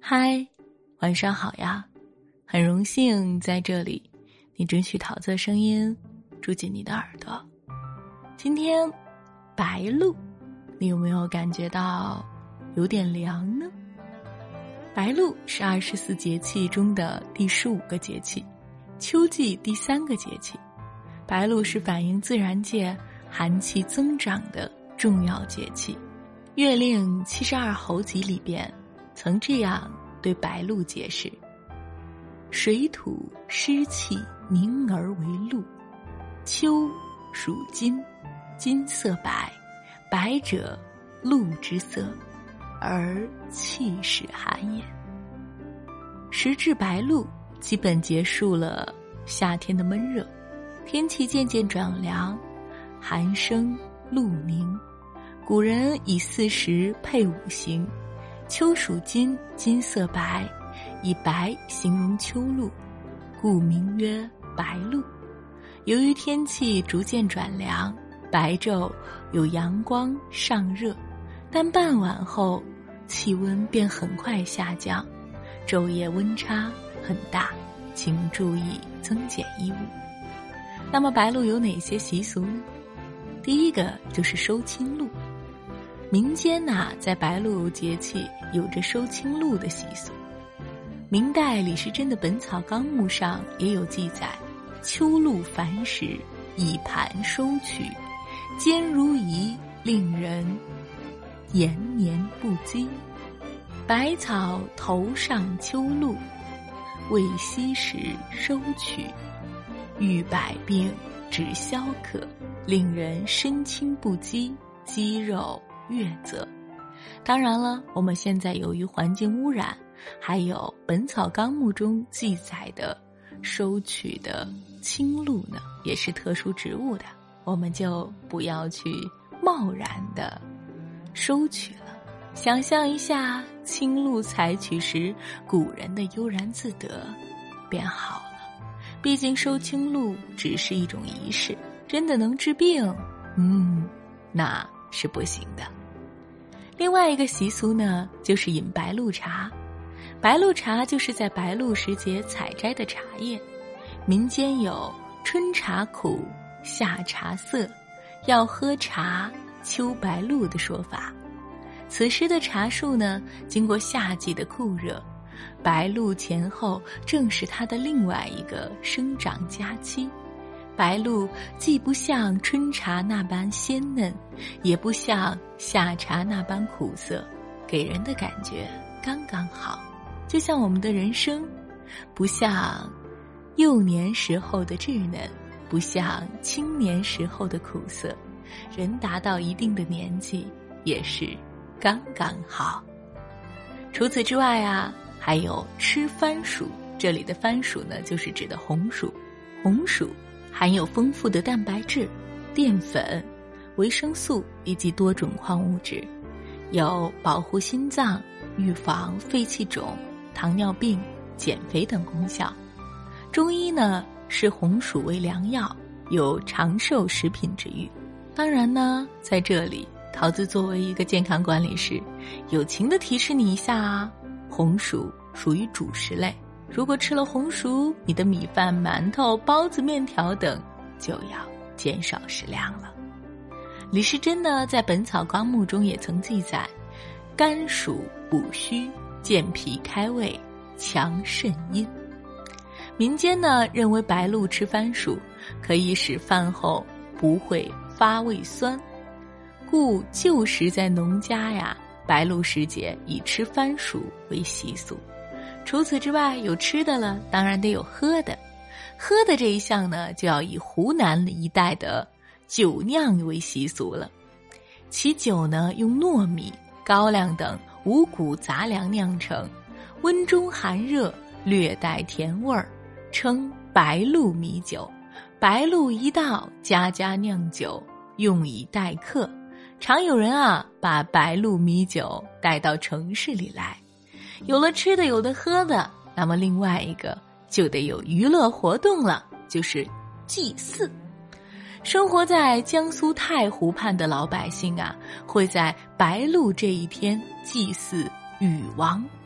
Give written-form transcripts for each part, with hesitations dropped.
嗨，晚上好呀！很荣幸在这里，你准许桃子的声音住进你的耳朵。今天白露，你有没有感觉到有点凉呢？白露是24节气中的第15个节气，秋季第3个节气。白露是反映自然界寒气增长的重要节气。月令72候集里边曾这样对白露解释：水土湿气凝而为露，秋属金，金色白，白者露之色，而气始寒也。时至白露，基本结束了夏天的闷热，天气渐渐转凉，寒生露凝。古人以4时配5行，秋属金，金色白，以白形容秋露，故名曰白露。由于天气逐渐转凉，白昼有阳光尚热，但傍晚后气温便很快下降，昼夜温差很大，请注意增减衣物。那么白露有哪些习俗呢？第一个就是收青露。民间在白露节气有着收青露的习俗。明代李时珍的《本草纲目》上也有记载：秋露繁时，以盘收取，坚如饴，令人延年不饥。百草头上秋露，未息时收取，遇百病止消渴，令人身轻不饥，肌肉悦泽。当然了，我们现在由于环境污染，还有《本草纲目》中记载的收取的青露呢，也是特殊植物的，我们就不要去贸然的收取了。想象一下青露采取时古人的悠然自得便好了。毕竟收青露只是一种仪式，真的能治病？那是不行的。另外一个习俗呢，就是饮白露茶。白露茶就是在白露时节采摘的茶叶。民间有春茶苦，夏茶涩，要喝茶秋白露的说法。此时的茶树呢，经过夏季的酷热，白露前后正是它的另外一个生长佳期。白露既不像春茶那般鲜嫩，也不像夏茶那般苦涩，给人的感觉刚刚好。就像我们的人生，不像幼年时候的稚嫩，不像青年时候的苦涩，人达到一定的年纪也是刚刚好。除此之外还有吃番薯，这里的番薯呢，就是指的红薯。红薯含有丰富的蛋白质、淀粉、维生素以及多种矿物质，有保护心脏、预防肺气肿、糖尿病、减肥等功效。中医呢，视红薯为良药，有长寿食品之誉。当然呢，在这里桃子作为一个健康管理师，友情地提示你一下红薯属于主食类，如果吃了红薯，你的米饭、馒头、包子、面条等就要减少食量了。李时珍呢，在《本草纲目》中也曾记载：甘薯补虚，健脾开胃，强肾阴。民间呢，认为白露吃番薯可以使饭后不会发胃酸，故旧时在农家白露时节以吃番薯为习俗。除此之外，有吃的了，当然得有喝的。喝的这一项呢，就要以湖南一带的酒酿为习俗了。其酒呢，用糯米、高粱等五谷杂粮酿成，温中含热，略带甜味儿，称白露米酒。白露一到，家家酿酒，用以待客。常有人把白露米酒带到城市里来。有了吃的，有的喝的，那么另外一个就得有娱乐活动了，就是祭祀。生活在江苏太湖畔的老百姓会在白露这一天祭祀禹王。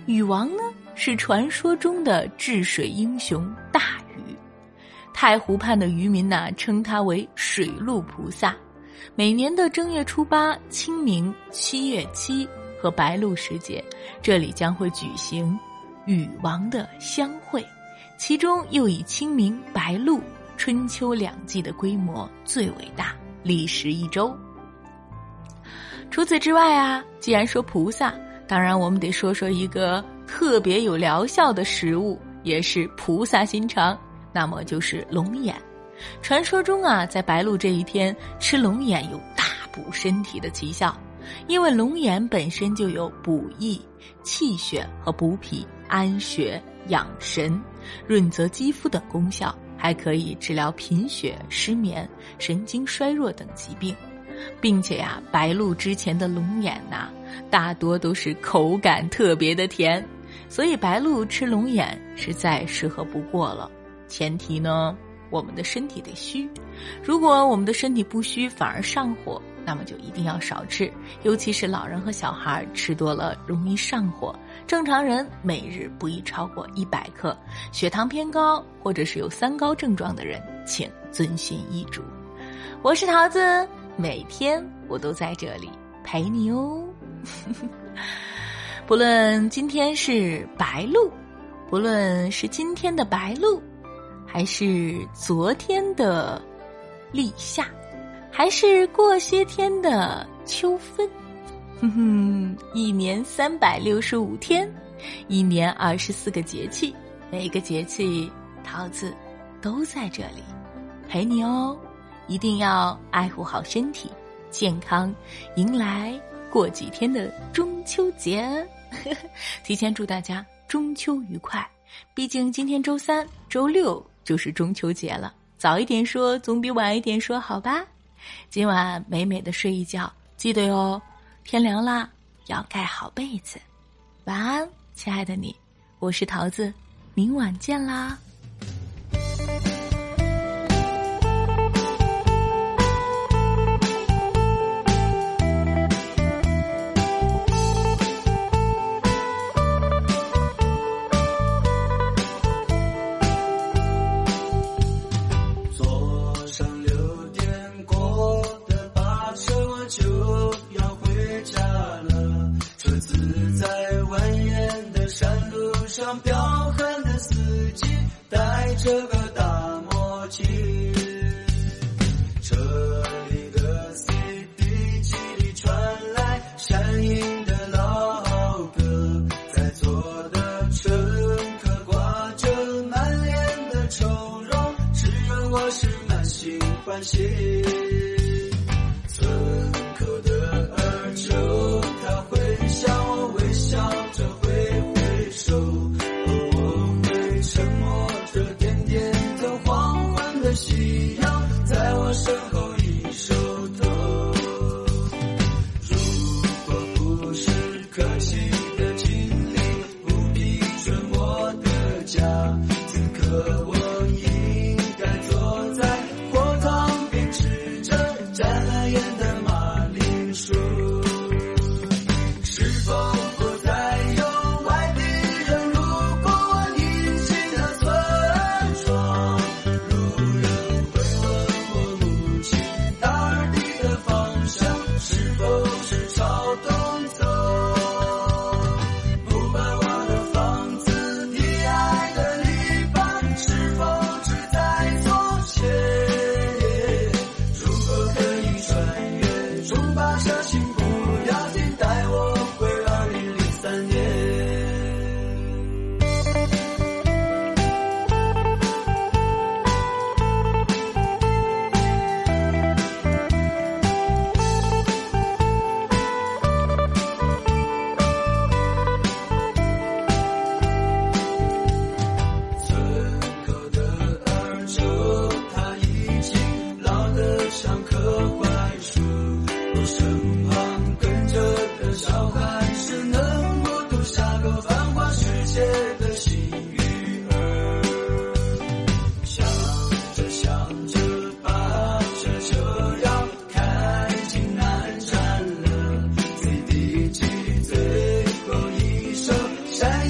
禹王呢，是传说中的治水英雄大禹。太湖畔的渔民称他为水陆菩萨。每年的正月初八、清明、7月7和白露时节，这里将会举行禹王的相会，其中又以清明、白露、春秋2季的规模最为大，历时1周。除此之外既然说菩萨，当然我们得说说一个特别有疗效的食物，也是菩萨心肠，那么就是龙眼。传说中在白露这一天吃龙眼有大补身体的奇效，因为龙眼本身就有补益气血和补脾、安血、养神、润泽肌肤等功效，还可以治疗贫血、失眠、神经衰弱等疾病。并且白露之前的龙眼大多都是口感特别的甜，所以白露吃龙眼是再适合不过了。前提呢，我们的身体得虚，如果我们的身体不虚反而上火，那么就一定要少吃，尤其是老人和小孩吃多了容易上火。正常人每日不宜超过100克，血糖偏高或者是有3高症状的人请遵循医嘱。我是桃子，每天我都在这里陪你哦。不论今天是白露，不论是今天的白露，还是昨天的立夏，还是过些天的秋分，一年365天，一年24个节气，每个节气桃子都在这里陪你哦。一定要爱护好身体健康，迎来过几天的中秋节。提前祝大家中秋愉快，毕竟今天周3、周6就是中秋节了，早一点说总比晚一点说好吧。今晚美美的睡一觉，记得哟，天凉啦要盖好被子。晚安，亲爱的你，我是桃子，明晚见啦。 彪悍的司机带着个大默契，车里的 CD 机里传来山鹰的老歌，在座的乘客挂着满脸的愁容，只有我是满心欢喜。村口的二舅他会向我微笑着挥挥手，夕阳在我身后已收头，如果不是可惜的经历不批准我的家，此刻我应该坐在火塘边吃着沾了盐的马铃薯。是否不再有外地人路过我宁静的村庄，山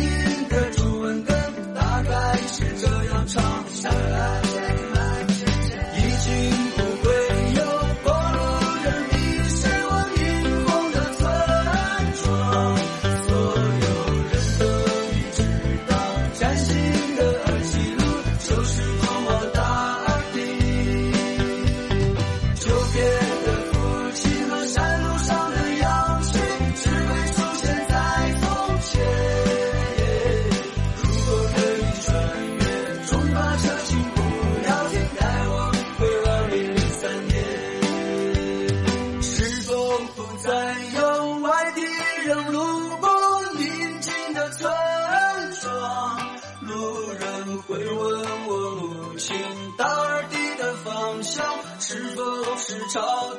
潮